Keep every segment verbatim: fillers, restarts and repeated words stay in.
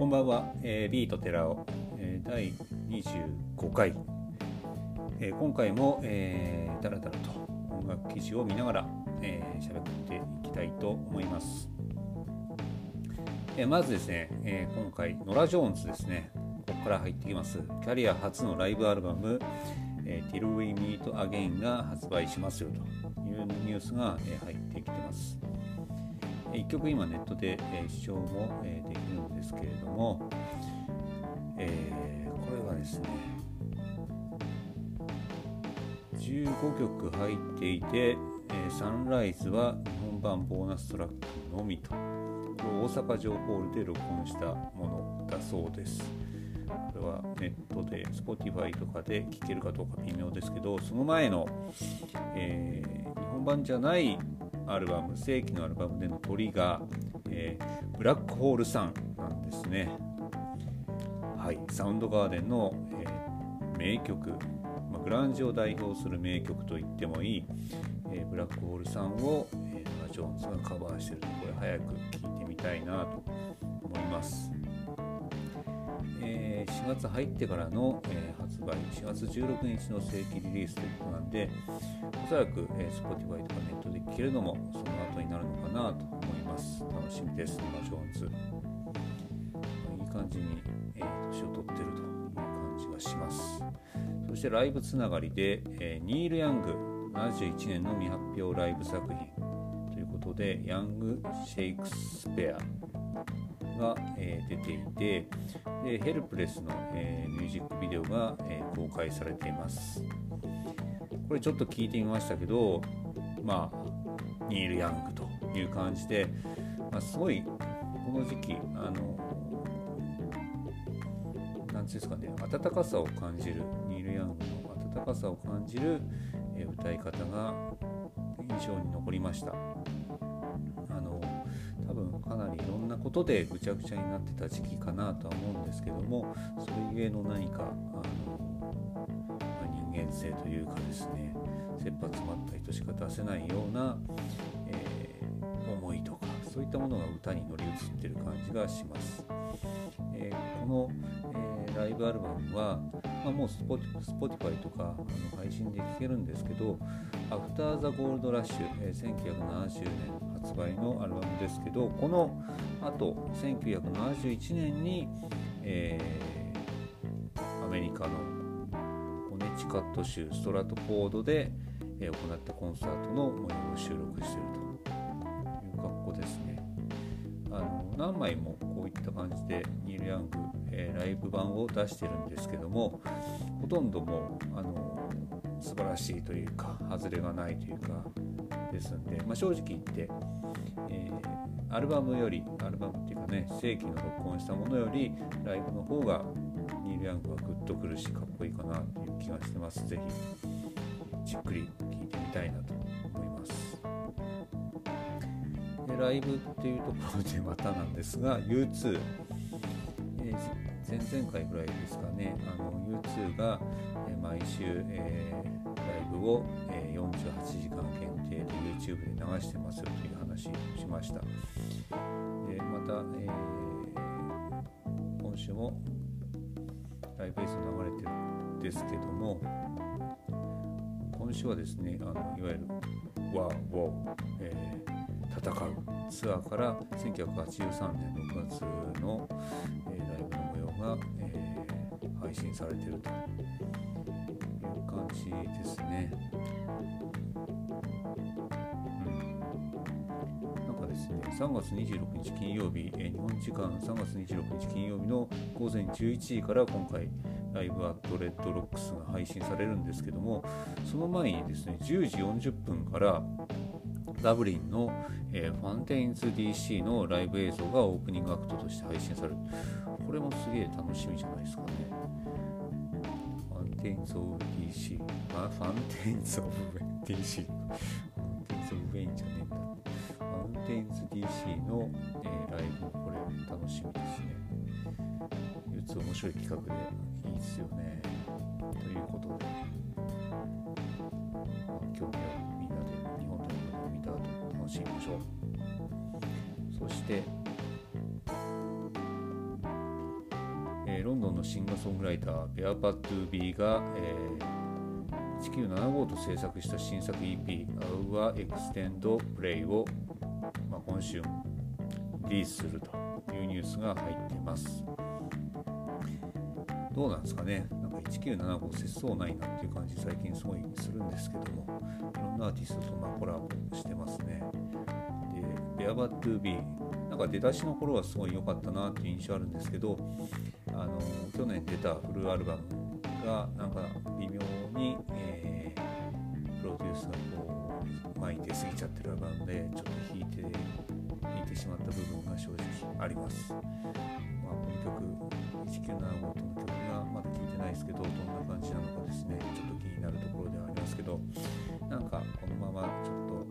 こんばんは、えー、ビート寺尾、えー、だいにじゅうごかい、えー、今回も、えー、だらだらと音楽記事を見ながら喋、えー、っていきたいと思います。えー、まずですね、えー、今回ノラ・ジョーンズですね、ここから入ってきます。キャリア初のライブアルバム、えー、Till We Meet Again が発売しますよというニュースが、えー、入ってきてます。いっきょく今ネットで、えー、視聴も、えー、できるんですけれども、えー、これがですねじゅうごきょく入っていて、えー、サンライズは日本版ボーナストラックのみと、これを大阪城ホールで録音したものだそうです。これはネットで Spotify とかで聴けるかどうか微妙ですけど、その前の、えー、日本版じゃないアルバム、正規のアルバムでの鳥が、えー、ブラックホールさんなんですね。はい、サウンドガーデンの、えー、名曲、まあ、グランジを代表する名曲と言ってもいい、えー、ブラックホールさんを、えー、ノラ・ジョーンズがカバーしていると、これ早く聴いてみたいなと思います。えー、しがつ入ってからの、えー、発売、しがつじゅうろくにちの正規リリースということなんで、おそらく、えー、Spotify とかネットで聴けるのもその後になるのかなと思います。楽しみです。ノラ・ジョーンズ、いい感じに、えー、年を取っているという感じがします。そしてライブつながりで、えー、ニール・ヤングななじゅういちねんの未発表ライブ作品ということで、ヤング・シェイクスペアが、えー、出ていて、でヘルプレスの、えー、ミュージックビデオが、えー、公開されています。これちょっと聞いてみましたけど、まあニール・ヤングという感じで、まあ、すごいこの時期、あのなんていうんですかね、温かさを感じる、ニール・ヤングの温かさを感じる、えー、歌い方が印象に残りました。あの多分かなりいろんなことでぐちゃぐちゃになってた時期かなとは思うんですけども、それゆえの何かあの人間性というかですね、切羽詰まった人しか出せないような、えー、思いとか、そういったものが歌に乗り移っている感じがします。えー、この、えー、ライブアルバムは、まあ、もう Spotify とかあの配信で聴けるんですけど、After the Gold Rush、えー、せんきゅうひゃくななじゅうねん発売のアルバムですけど、この後せんきゅうひゃくななじゅういちねんに、えー、アメリカのコネチカット州ストラトフォードで、えー、行ったコンサートの模様を収録しているという格好ですね。あの何枚もこういった感じでニール・ヤング、えー、ライブ版を出してるんですけども、ほとんどもうあの素晴らしいというか外れがないというかですんで、まあ、正直言って、えー、アルバムよりアルバムっていうかね、正規の録音したものよりライブの方がニール・ヤングはグッとくるし、かっこいいかなという気がしてます。ぜひじっくり聴いてみたいなと思います。でライブっていうところでまたなんですが、 ユーツー、えー、前々回ぐらいですかね、あの ユーツー が、えー、毎週、えー、ライブを、えー、よんじゅうはちじかん限定で YouTube で流してますよという話をしました。でまた、えー、今週もライブ映像流れてるんですけども、今週はですね、あのいわゆるワーウォー、えー戦うツアーからせんきゅうひゃくはちじゅうさんねんろくがつの、えー、ライブの模様が、えー、配信されているという感じですね。うん、なんかですね、さんがつにじゅうろくにち金曜日、えー、日本時間さんがつにじゅうろくにち金曜日のごぜんじゅういちじから今回ライブアットレッドロックスが配信されるんですけども、その前にですね、じゅうじよんじゅっぷんからダブリンの、えー、ファンテインズ ディーシー のライブ映像がオープニングアクトとして配信される。これもすげえ楽しみじゃないですかね。ファンテインズ オブ ディーシー、あ、ファンテインズ オブ ディーシー、ファンテインズ オブ ウェインじゃねえんだ。ファンテインズ ディーシー の、えー、ライブ、これ楽しみですね。ユーツー面白い企画でいいですよね。ということで、まあ、興味あるみんなで日本と日本を見た後楽しみましょう。そしてのシンガーソングライターベア・バッドゥ・ビーが、えー、いちきゅうななごと制作した新作 イーピー Our Extend Play を、まあ、今週リリースするというニュースが入っています。どうなんですかね。なんかいちきゅうななご節操ないなっていう感じ最近すごいするんですけども、いろんなアーティストとまあコラボしてますね。で、ベアバッドゥービー、なんか出だしの頃はすごい良かったなっていう印象あるんですけど、あの去年出たフルアルバムがなんか微妙に、えー、プロデュースがこう巻いて過ぎちゃってるアルバムでちょっと弾いて弾いてしまった部分が正直あります。まあ、この曲いちきゅうななごとの曲がまだ聴いてないですけど、どんな感じなのかですね、ちょっと気になるところではありますけど、なんかこのままちょっと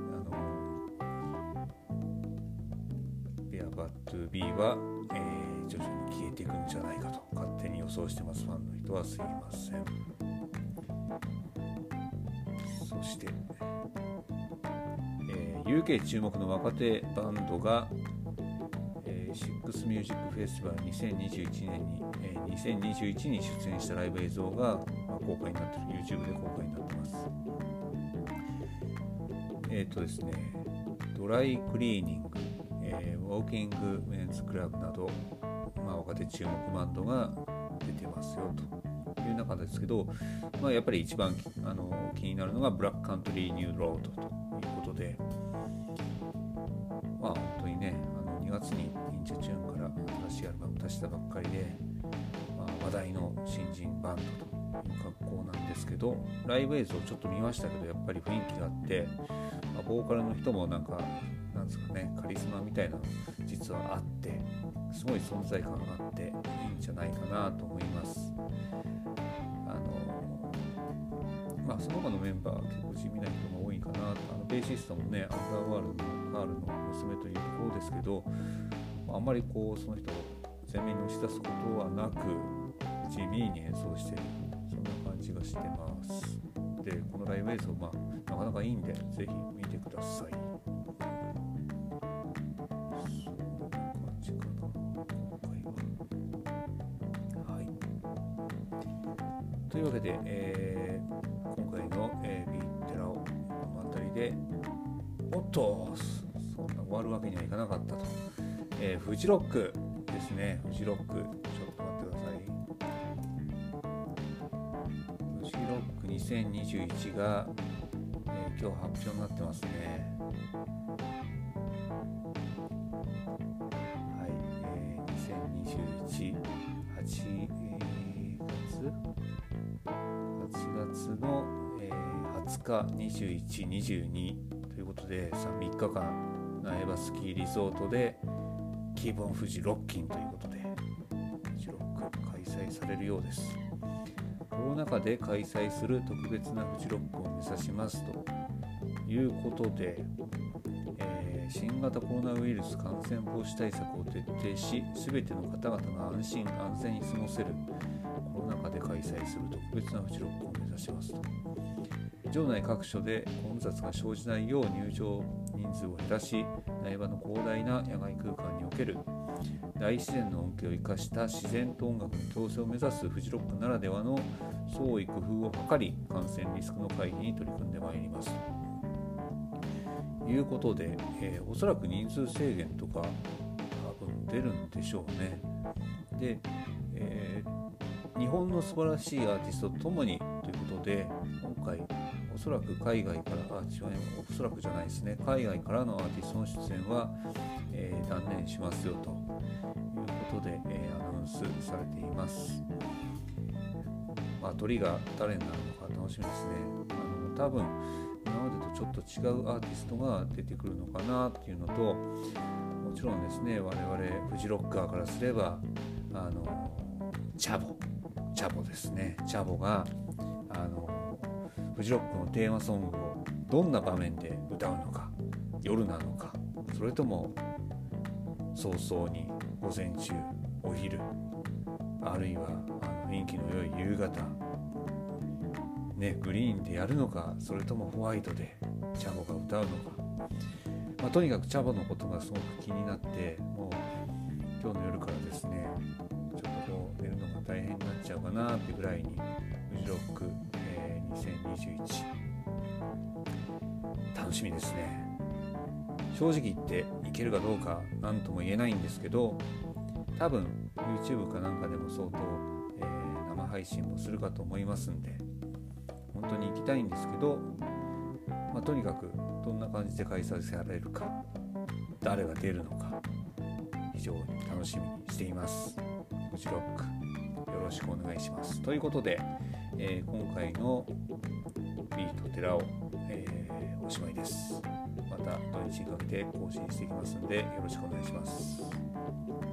ベアバッドゥービーは、えー、徐々に消えていくんじゃないかと勝手に予想してます。ファンの人はすいません。そして、えー、ユーケー 注目の若手バンドが、えー、シックスミュージックフェスティバルにせんにじゅういちねんに、えー、にせんにじゅういちに出演したライブ映像が、まあ、公開になっている YouTube で公開になってます。えっ、ー、とですねドライクリーニング、えー、ウォーキングメンズクラブなど、まあ、若手注目バンドが出てますよという中ですけど、まあ、やっぱり一番あの気になるのがブラックカントリーニューロードということで、まあ本当にね、あのにがつにインチェチューンから新しいアルバム出したばっかりで、まあ、話題の新人バンドという格好なんですけど、ライブ映像ちょっと見ましたけど、やっぱり雰囲気があって、まあ、ボーカルの人もなんかなんですかね、カリスマみたいなの実はあって、すごい存在感があっていいんじゃないかなと思います。あのまあその他のメンバー結構地味な人が多いかなと。あのベーシストもね、アンダーワールドのカールの娘というところですけど、あんまりこうその人を前面に押し出すことはなく地味に演奏している、そんな感じがしてます。で、このライブ映像、まあなかなかいいんでぜひ見てください。というわけで、えー、今回の、えー、ビーテラをこの辺りで、おっとそんな終わるわけにはいかなかったと、えー、フジロックですね。フジロックちょっと待ってください。フジロックにせんにじゅういちが、えー、今日発表になってますね。はい、えー、にせんにじゅういち、はちがつはちがつの、えー、はつか、にじゅういち、にじゅうにということでさみっかかん苗場スキーリゾートでキーボンフジロッキンということでフジロック開催されるようです。コロナ禍で開催する特別なフジロックを目指しますということで、えー、新型コロナウイルス感染防止対策を徹底し、すべての方々が安心安全に過ごせるコロナ禍で開催する特別なフジロックを目指しますと。場内各所で混雑が生じないよう入場人数を減らし、苗場の広大な野外空間における大自然の恩恵を生かした自然と音楽の共生を目指すフジロックならではの創意工夫を図り、感染リスクの回避に取り組んでまいりますということで、えー、おそらく人数制限とか多分出るんでしょうね。で、えー、日本の素晴らしいアーティストとともにということで、今回おそらく海外からあ違うおそらくじゃないですね海外からのアーティストの出演は、えー、断念しますよということで、えー、アナウンスされています。まあ、鳥が誰になるのか楽しみですね。あの多分今までとちょっと違うアーティストが出てくるのかなっていうのと、もちろんですね、我々フジロッカーからすればあのチャボチャボですねチャボがあのフジロックのテーマソングをどんな場面で歌うのか、夜なのか、それとも早々に午前中、お昼、あるいはあの雰囲気の良い夕方、ね、グリーンでやるのか、それともホワイトでチャボが歌うのか、まあ、とにかくチャボのことがすごく気になって、もう今日の夜からですねちょっとこう寝るのが大変になっちゃうかなっていうぐらいにフジロック、えー、にせんにじゅういち楽しみですね。正直言っていけるかどうか何とも言えないんですけど、多分 YouTube かなんかでも相当、えー、生配信もするかと思いますんで、本当に行きたいんですけど、まあ、とにかくどんな感じで開催されるか、誰が出るのか非常に楽しみにしています。フジロックよろしくお願いします。ということで、えー、今回のビート寺尾、えー、おしまいです。また土日にかけて更新していきますのでよろしくお願いします。